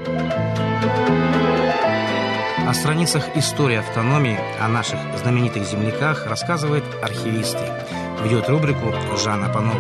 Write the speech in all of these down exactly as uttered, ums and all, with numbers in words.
О страницах истории автономии, о наших знаменитых земляках рассказывает архивисты. Ведет рубрику Жанна Панова.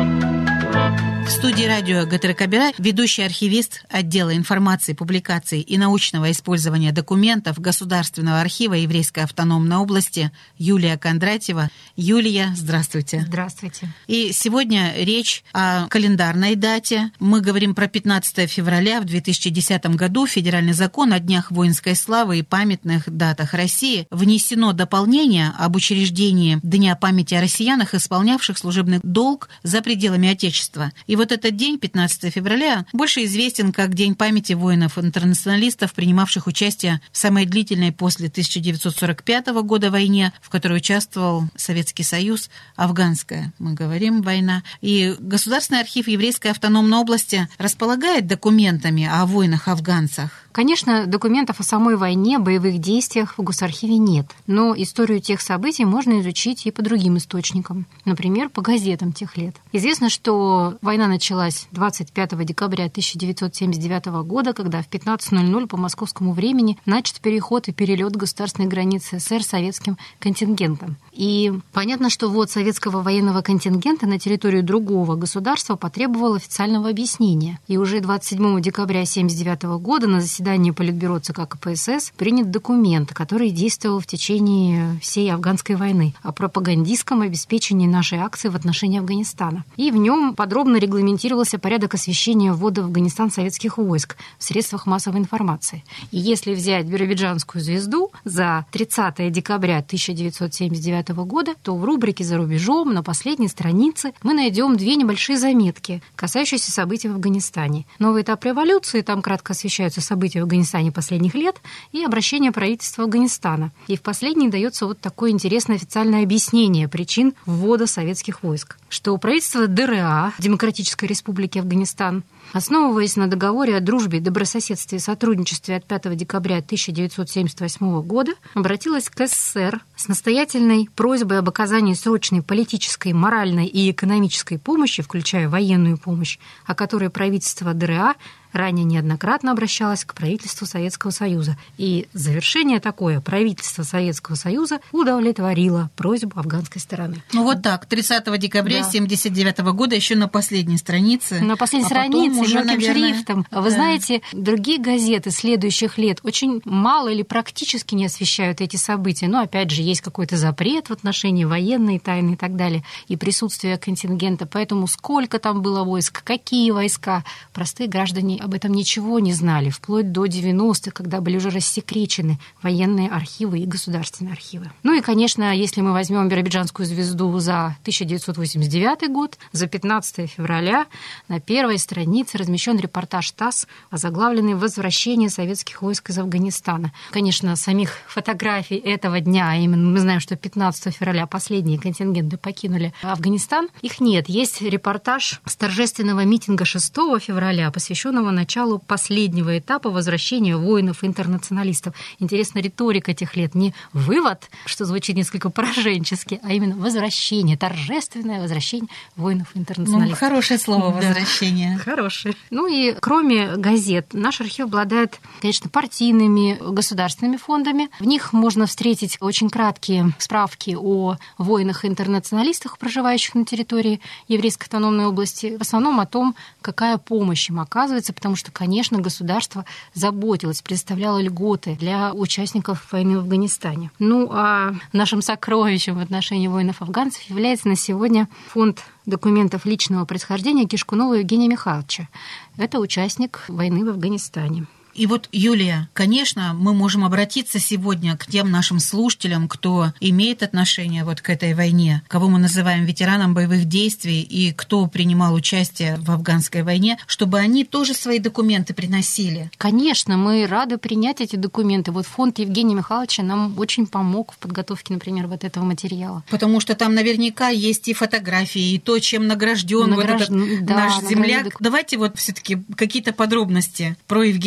В студии радио ГТРК ведущий архивист отдела информации, публикаций и научного использования документов Государственного архива Еврейской автономной области Юлия Кондратьева. Юлия, здравствуйте. Здравствуйте. И сегодня речь о календарной дате. Мы говорим про пятнадцатое февраля в две тысячи десятом году. Федеральный закон о днях воинской славы и памятных датах России. Внесено дополнение об учреждении Дня памяти о россиянах, исполнявших служебный долг за пределами Отечества. И вот этот день, пятнадцатое февраля, больше известен как День памяти воинов-интернационалистов, принимавших участие в самой длительной после тысяча девятьсот сорок пятого года войне, в которой участвовал Советский Союз, афганская, мы говорим, война. И Государственный архив Еврейской автономной области располагает документами о воинах-афганцах. Конечно, документов о самой войне, боевых действиях в Госархиве нет, но историю тех событий можно изучить и по другим источникам, например, по газетам тех лет. Известно, что война началась двадцать пятого декабря тысяча девятьсот семьдесят девятого года, когда в пятнадцать ноль ноль по московскому времени начат переход и перелет государственной границы СССР советским контингентом. И понятно, что ввод советского военного контингента на территорию другого государства потребовал официального объяснения. И уже двадцать седьмого декабря семьдесят девятого года на заседании Политбюро ЦК КПСС принят документ, который действовал в течение всей афганской войны, о пропагандистском обеспечении нашей акции в отношении Афганистана. И в нем подробно регламентировался порядок освещения ввода в Афганистан советских войск в средствах массовой информации. И если взять биробиджанскую звезду за тридцатое декабря тысяча девятьсот семьдесят девятого года, то в рубрике «За рубежом» на последней странице мы найдем две небольшие заметки, касающиеся событий в Афганистане. Новый этап революции, там кратко освещаются события в Афганистане последних лет и обращение правительства Афганистана. И в последней дается вот такое интересное официальное объяснение причин ввода советских войск, что правительство ДРА, Демократической Республики Афганистан, основываясь на договоре о дружбе, добрососедстве и сотрудничестве от пятого декабря тысяча девятьсот семьдесят восьмого года, обратилась к СССР с настоятельной просьбой об оказании срочной политической, моральной и экономической помощи, включая военную помощь, о которой правительство ДРА ранее неоднократно обращалась к правительству Советского Союза. И завершение такое: правительство Советского Союза удовлетворило просьбу афганской стороны. Ну вот так, тридцатого декабря да. семьдесят девятого года, еще на последней странице. На последней а странице, уже, мелким наверное... шрифтом. Вы да. знаете, другие газеты следующих лет очень мало или практически не освещают эти события. Но, опять же, есть какой-то запрет в отношении военной тайны и так далее, и присутствия контингента. Поэтому сколько там было войск, какие войска, простые граждане об этом ничего не знали, вплоть до девяностых, когда были уже рассекречены военные архивы и государственные архивы. Ну и, конечно, если мы возьмем биробиджанскую звезду за тысяча девятьсот восемьдесят девятый год, за пятнадцатое февраля на первой странице размещен репортаж ТАСС, озаглавленный «Возвращение советских войск из Афганистана». Конечно, самих фотографий этого дня, а именно мы знаем, что пятнадцатого февраля последние контингенты покинули Афганистан, их нет. Есть репортаж с торжественного митинга шестого февраля, посвященного началу последнего этапа возвращения воинов-интернационалистов. Интересна риторика тех лет. Не вывод, что звучит несколько пораженчески, а именно возвращение, торжественное возвращение воинов-интернационалистов. Ну, хорошее слово «возвращение». Да, хорошее. Ну и кроме газет, наш архив обладает, конечно, партийными, государственными фондами. В них можно встретить очень краткие справки о воинах-интернационалистах, проживающих на территории Еврейской автономной области, в основном о том, какая помощь им оказывается, потому что, конечно, государство заботилось, предоставляло льготы для участников войны в Афганистане. Ну, а нашим сокровищем в отношении воинов-афганцев является на сегодня фонд документов личного происхождения Кишкунова Евгения Михайловича. Это участник войны в Афганистане. И вот, Юлия, конечно, мы можем обратиться сегодня к тем нашим слушателям, кто имеет отношение вот к этой войне, кого мы называем ветераном боевых действий и кто принимал участие в афганской войне, чтобы они тоже свои документы приносили. Конечно, мы рады принять эти документы. Вот фонд Евгения Михайловича нам очень помог в подготовке, например, вот этого материала. Потому что там наверняка есть и фотографии, и то, чем награжден Награжд... вот этот да, наш земляк. Док... Давайте вот все-таки какие-то подробности про Евгения Михайловича.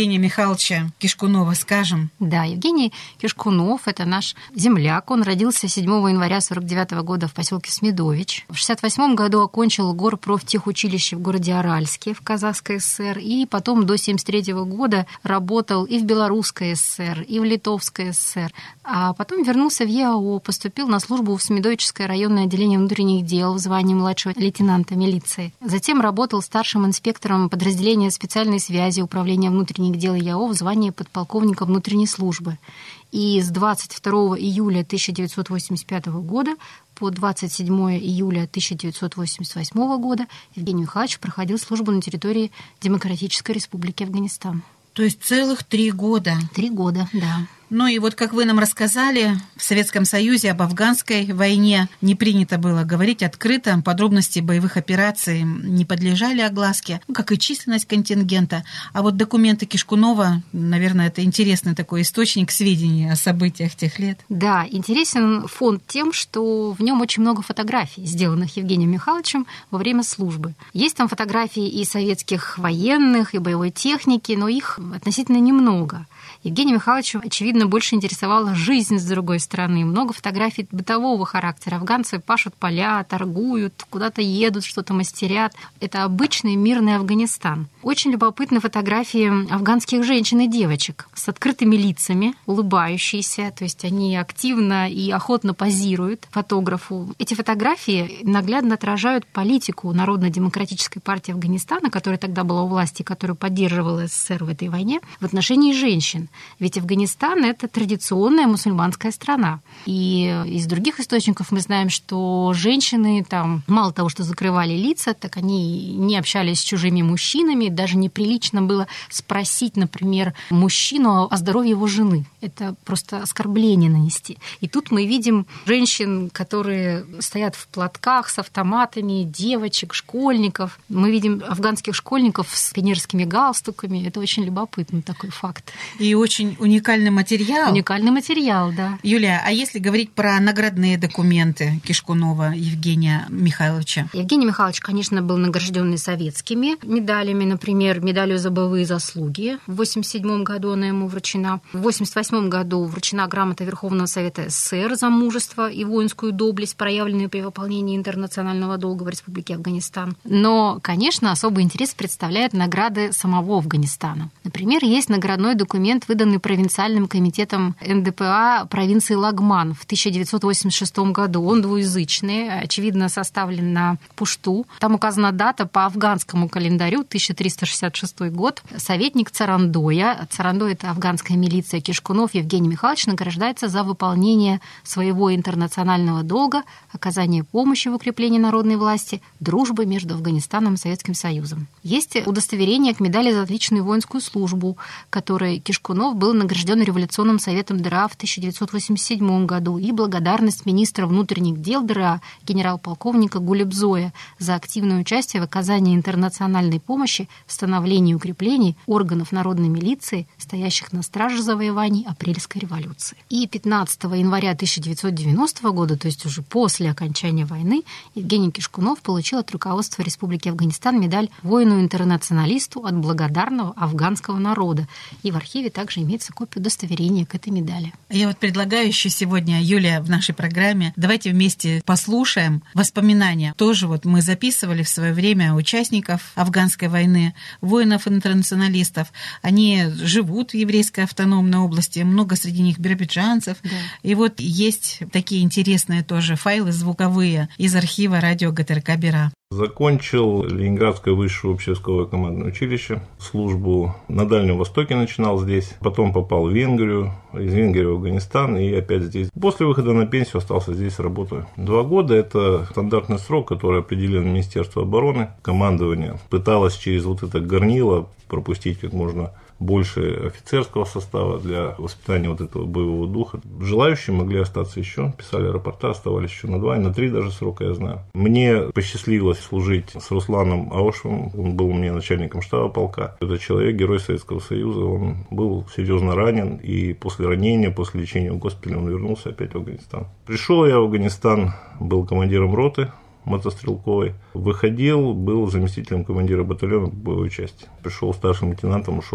Михайловича Кишкунова скажем? Да, Евгений Кишкунов – это наш земляк. Он родился седьмого января сорок девятого года в поселке Смедович. В шестьдесят восьмом году окончил горпрофтехучилище в городе Аральске в Казахской ССР. И потом до семьдесят третьего года работал и в Белорусской ССР, и в Литовской ССР. А потом вернулся в ЕАО, поступил на службу в Смедовическое районное отделение внутренних дел в звании младшего лейтенанта милиции. Затем работал старшим инспектором подразделения специальной связи Управления внутренних дел ЕАО в звании подполковника внутренней службы. И с двадцать второго июля тысяча девятьсот восемьдесят пятого года по двадцать седьмого июля тысяча девятьсот восемьдесят восьмого года Евгений Михайлович проходил службу на территории Демократической Республики Афганистан. То есть целых три года. Три года, да. Ну и вот, как вы нам рассказали, в Советском Союзе об афганской войне не принято было говорить открыто, подробности боевых операций не подлежали огласке, ну, как и численность контингента. А вот документы Кишкунова, наверное, это интересный такой источник сведений о событиях тех лет. Да, интересен фонд тем, что в нем очень много фотографий, сделанных Евгением Михайловичем во время службы. Есть там фотографии и советских военных, и боевой техники, но их относительно немного. Евгению Михайловичу, очевидно, больше интересовала жизнь с другой стороны. Много фотографий бытового характера. Афганцы пашут поля, торгуют, куда-то едут, что-то мастерят. Это обычный мирный Афганистан. Очень любопытны фотографии афганских женщин и девочек с открытыми лицами, улыбающиеся. То есть они активно и охотно позируют фотографу. Эти фотографии наглядно отражают политику Народно-демократической партии Афганистана, которая тогда была у власти, которую поддерживала СССР в этой войне, в отношении женщин. Ведь Афганистан – это традиционная мусульманская страна. И из других источников мы знаем, что женщины там мало того, что закрывали лица, так они не общались с чужими мужчинами. Даже неприлично было спросить, например, мужчину о здоровье его жены. Это просто оскорбление нанести. И тут мы видим женщин, которые стоят в платках с автоматами, девочек, школьников. Мы видим афганских школьников с пионерскими галстуками. Это очень любопытный такой факт. И очень уникальный материал. Уникальный материал, да. Юлия, а если говорить про наградные документы Кишкунова Евгения Михайловича? Евгений Михайлович, конечно, был награжден советскими медалями, например, медалью за боевые заслуги. В восемьдесят седьмом году она ему вручена. В восемьдесят восьмом году вручена грамота Верховного Совета СССР за мужество и воинскую доблесть, проявленную при выполнении интернационального долга в Республике Афганистан. Но, конечно, особый интерес представляют награды самого Афганистана. Например, есть наградной документ, выданный провинциальным комитетом эн дэ пэ а провинции Лагман в тысяча девятьсот восемьдесят шестом году. Он двуязычный, очевидно, составлен на пушту. Там указана дата по афганскому календарю, тысяча триста шестьдесят шестой год. Советник Царандоя, Царандой – это афганская милиция, Кишкунов Евгений Михайлович награждается за выполнение своего интернационального долга, оказание помощи в укреплении народной власти, дружбы между Афганистаном и Советским Союзом. Есть удостоверение к медали за отличную воинскую службу, которой Кишкунов был награжден Революционным советом ДРА в тысяча девятьсот восемьдесят седьмом году, и благодарность министра внутренних дел ДРА генерал-полковника Гулебзоя за активное участие в оказании интернациональной помощи в становлении и укреплении органов народной милиции, стоящих на страже завоеваний Апрельской революции. И пятнадцатого января тысяча девятьсот девяностого года, то есть уже после окончания войны, Евгений Кишкунов получил от руководства Республики Афганистан медаль воину-интернационалисту от благодарного афганского народа. И в архиве также имеется копия удостоверения к этой медали. Я вот предлагаю еще сегодня, Юлия, в нашей программе, давайте вместе послушаем воспоминания. Тоже вот мы записывали в свое время участников афганской войны, воинов-интернационалистов. Они живут в еврейской автономной области, много среди них биробиджанцев. Да. И вот есть такие интересные тоже файлы звуковые из архива радио ГТРК «Бира». Закончил Ленинградское высшее общевойсковое командное училище, службу на Дальнем Востоке начинал здесь, потом попал в Венгрию, из Венгрии в Афганистан и опять здесь. После выхода на пенсию остался здесь, работаю. Два года – это стандартный срок, который определен Министерством обороны. Командование пыталось через вот это горнило пропустить как можно больше офицерского состава для воспитания вот этого боевого духа. Желающие могли остаться еще, писали рапорта, оставались еще на два, и на три даже срока, я знаю. Мне посчастливилось служить с Русланом Аушевым, он был у меня начальником штаба полка. Это человек, герой Советского Союза, он был серьезно ранен, и после ранения, после лечения в госпитале он вернулся опять в Афганистан. Пришел я в Афганистан, был командиром роты мотострелковой. Выходил, был заместителем командира батальона боевой части. Пришел старшим лейтенантом, ушел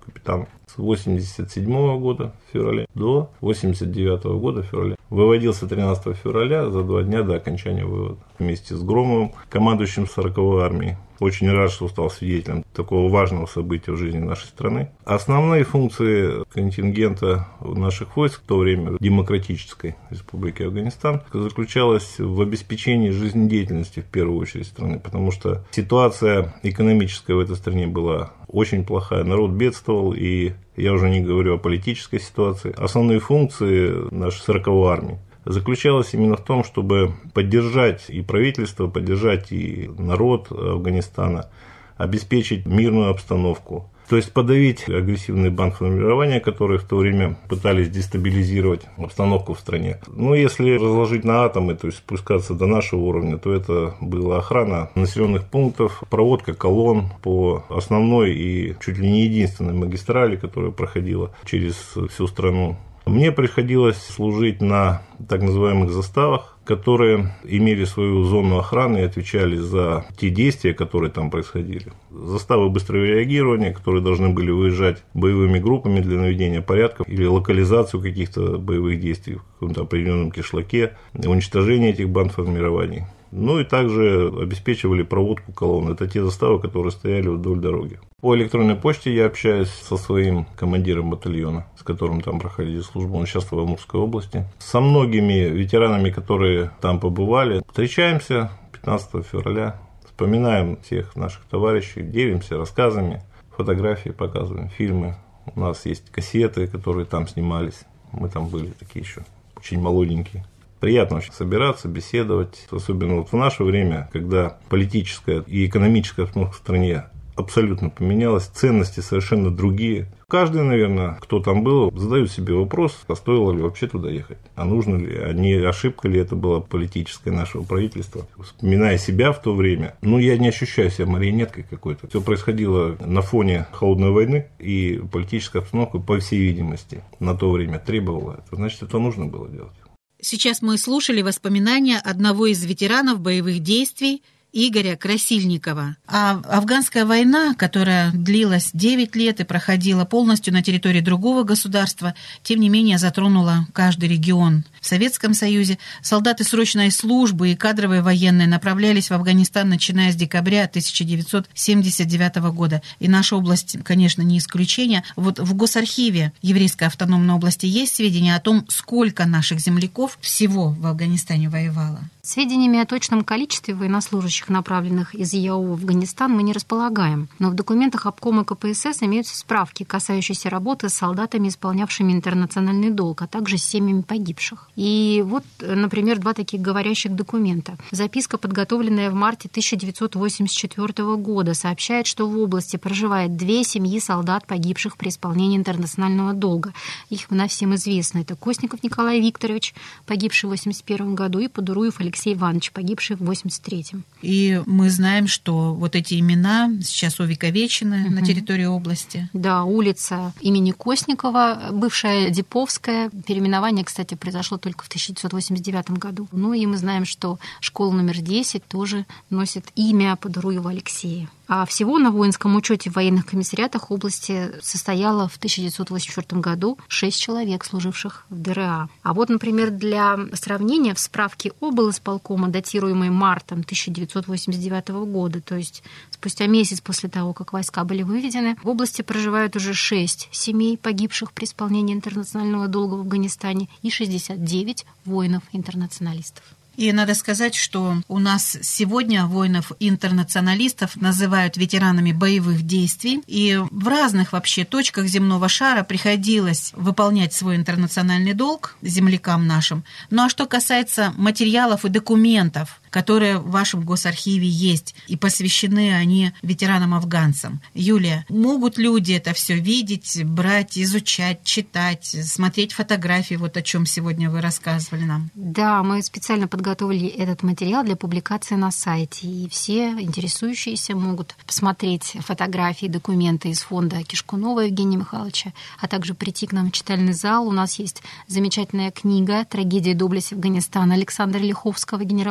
капитан. С восемьдесят седьмого года в феврале до восемьдесят девятого года в феврале. Выводился тринадцатого февраля, за два дня до окончания вывода. Вместе с Громовым, командующим сороковой армией. Очень рад, что стал свидетелем такого важного события в жизни нашей страны. Основные функции контингента наших войск в то время в Демократической Республике Афганистан заключалась в обеспечении жизнедеятельности в первую очередь страны, потому что ситуация экономическая в этой стране была очень плохая, народ бедствовал, и я уже не говорю о политической ситуации. Основные функции нашей сороковой армии заключалась именно в том, чтобы поддержать и правительство, поддержать и народ Афганистана, обеспечить мирную обстановку. То есть подавить агрессивные бандформирования, которые в то время пытались дестабилизировать обстановку в стране. Ну, если разложить на атомы, то есть спускаться до нашего уровня, то это была охрана населенных пунктов, проводка колонн по основной и чуть ли не единственной магистрали, которая проходила через всю страну. Мне приходилось служить на так называемых заставах, которые имели свою зону охраны и отвечали за те действия, которые там происходили. Заставы быстрого реагирования, которые должны были выезжать боевыми группами для наведения порядка или локализацию каких-то боевых действий в каком-то определенном кишлаке, уничтожение этих бандформирований. Ну и также обеспечивали проводку колонн. Это те заставы, которые стояли вдоль дороги. По электронной почте я общаюсь со своим командиром батальона, с которым там проходили службу. Он сейчас в Амурской области. Со многими ветеранами, которые там побывали, встречаемся пятнадцатого февраля, вспоминаем всех наших товарищей, делимся рассказами, фотографии показываем, фильмы. У нас есть кассеты, которые там снимались. Мы там были такие еще очень молоденькие. Приятно очень собираться, беседовать, особенно вот в наше время, когда политическая и экономическая обстановка в стране абсолютно поменялась, ценности совершенно другие. Каждый, наверное, кто там был, задает себе вопрос, а стоило ли вообще туда ехать, а нужно ли, а не ошибка ли это была политическая нашего правительства. Вспоминая себя в то время, ну, я не ощущаю себя марионеткой какой-то. Все происходило на фоне холодной войны, и политическая обстановка, по всей видимости, на то время требовала это. Значит, это нужно было делать. Сейчас мы слушали воспоминания одного из ветеранов боевых действий Игоря Красильникова. А афганская война, которая длилась девять лет и проходила полностью на территории другого государства, тем не менее затронула каждый регион. В Советском Союзе солдаты срочной службы и кадровые военные направлялись в Афганистан, начиная с декабря тысяча девятьсот семьдесят девятого года. И наша область, конечно, не исключение. Вот в Госархиве Еврейской автономной области есть сведения о том, сколько наших земляков всего в Афганистане воевало? Сведениями о точном количестве военнослужащих, направленных из ЕАУ в Афганистан, мы не располагаем. Но в документах обкома ка пэ эс эс имеются справки, касающиеся работы с солдатами, исполнявшими интернациональный долг, а также с семьями погибших. И вот, например, два таких говорящих документа. Записка, подготовленная в марте тысяча девятьсот восемьдесят четвёртого года, сообщает, что в области проживает две семьи солдат, погибших при исполнении интернационального долга. Их всем известно. Это Костников Николай Викторович, погибший в восемьдесят первом году, и Подуруев Алексей Иванович, погибший в восемьдесят третьем. И мы знаем, что вот эти имена сейчас увековечены угу. на территории области. Да, улица имени Костникова, бывшая Диповская. Переименование, кстати, произошло только в тысяча девятьсот восемьдесят девятом году. Ну и мы знаем, что школа номер десять тоже носит имя Подуруева Алексея. А всего на воинском учете в военных комиссариатах области состояло в тысяча девятьсот восемьдесят четвёртом году шесть человек, служивших в дэ эр а. А вот, например, для сравнения, в справке облисполкома, датируемой мартом тысяча девятьсот восемьдесят девятого года, то есть спустя месяц после того, как войска были выведены, в области проживают уже шесть семей, погибших при исполнении интернационального долга в Афганистане, и шестьдесят девять воинов-интернационалистов. И надо сказать, что у нас сегодня воинов-интернационалистов называют ветеранами боевых действий. И в разных вообще точках земного шара приходилось выполнять свой интернациональный долг землякам нашим. Ну а что касается материалов и документов, которые в вашем госархиве есть, и посвящены они ветеранам-афганцам. Юлия, могут люди это все видеть, брать, изучать, читать, смотреть фотографии, вот о чем сегодня вы рассказывали нам? Да, мы специально подготовили этот материал для публикации на сайте, и все интересующиеся могут посмотреть фотографии, документы из фонда Кишкунова Евгения Михайловича, а также прийти к нам в читальный зал. У нас есть замечательная книга «Трагедия и доблесть Афганистана» Александра Лиховского, генерал-майора,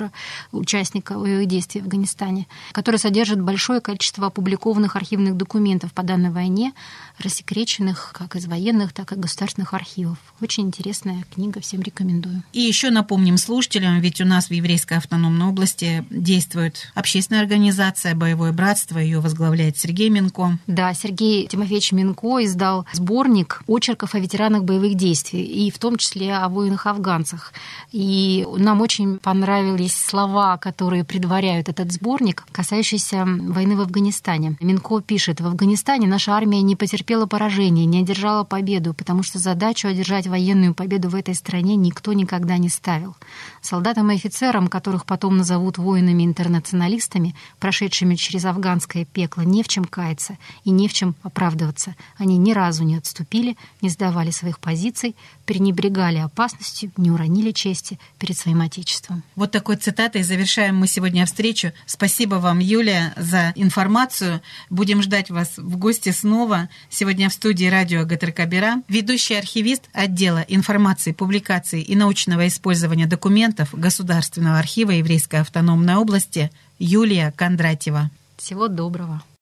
офицера, участника боевых действий в Афганистане, который содержит большое количество опубликованных архивных документов по данной войне, рассекреченных как из военных, так и государственных архивов. Очень интересная книга, всем рекомендую. И еще напомним слушателям, ведь у нас в Еврейской автономной области действует общественная организация «Боевое братство», ее возглавляет Сергей Минко. Да, Сергей Тимофеевич Минко издал сборник очерков о ветеранах боевых действий, и в том числе о воинах-афганцах. И нам очень понравились слова, которые предваряют этот сборник, касающиеся войны в Афганистане. Минко пишет: «В Афганистане наша армия не потерпела поражения, не одержала победу, потому что задачу одержать военную победу в этой стране никто никогда не ставил. Солдатам и офицерам, которых потом назовут воинами-интернационалистами, прошедшими через афганское пекло, не в чем каяться и не в чем оправдываться. Они ни разу не отступили, не сдавали своих позиций, пренебрегали опасностью, не уронили чести перед своим Отечеством». Вот такой цитатой завершаем мы сегодня встречу. Спасибо вам, Юлия, за информацию. Будем ждать вас в гости снова. Сегодня в студии радио ГТРК Бера ведущий архивист отдела информации, публикаций и научного использования документов Государственного архива Еврейской автономной области Юлия Кондратьева. Всего доброго.